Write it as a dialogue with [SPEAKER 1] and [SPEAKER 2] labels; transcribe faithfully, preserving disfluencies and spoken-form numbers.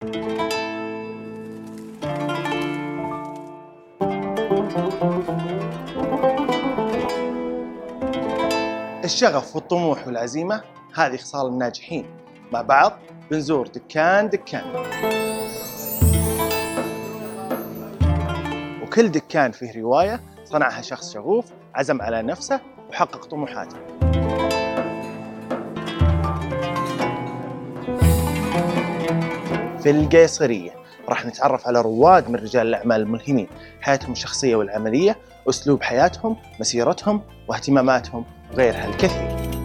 [SPEAKER 1] الشغف والطموح والعزيمة هذه خصال الناجحين. مع بعض بنزور دكان دكان، وكل دكان فيه رواية صنعها شخص شغوف عزم على نفسه وحقق طموحاته. في القيصرية راح نتعرف على رواد من رجال الأعمال الملهمين، حياتهم الشخصية والعملية، أسلوب حياتهم، مسيرتهم واهتماماتهم وغيرها الكثير.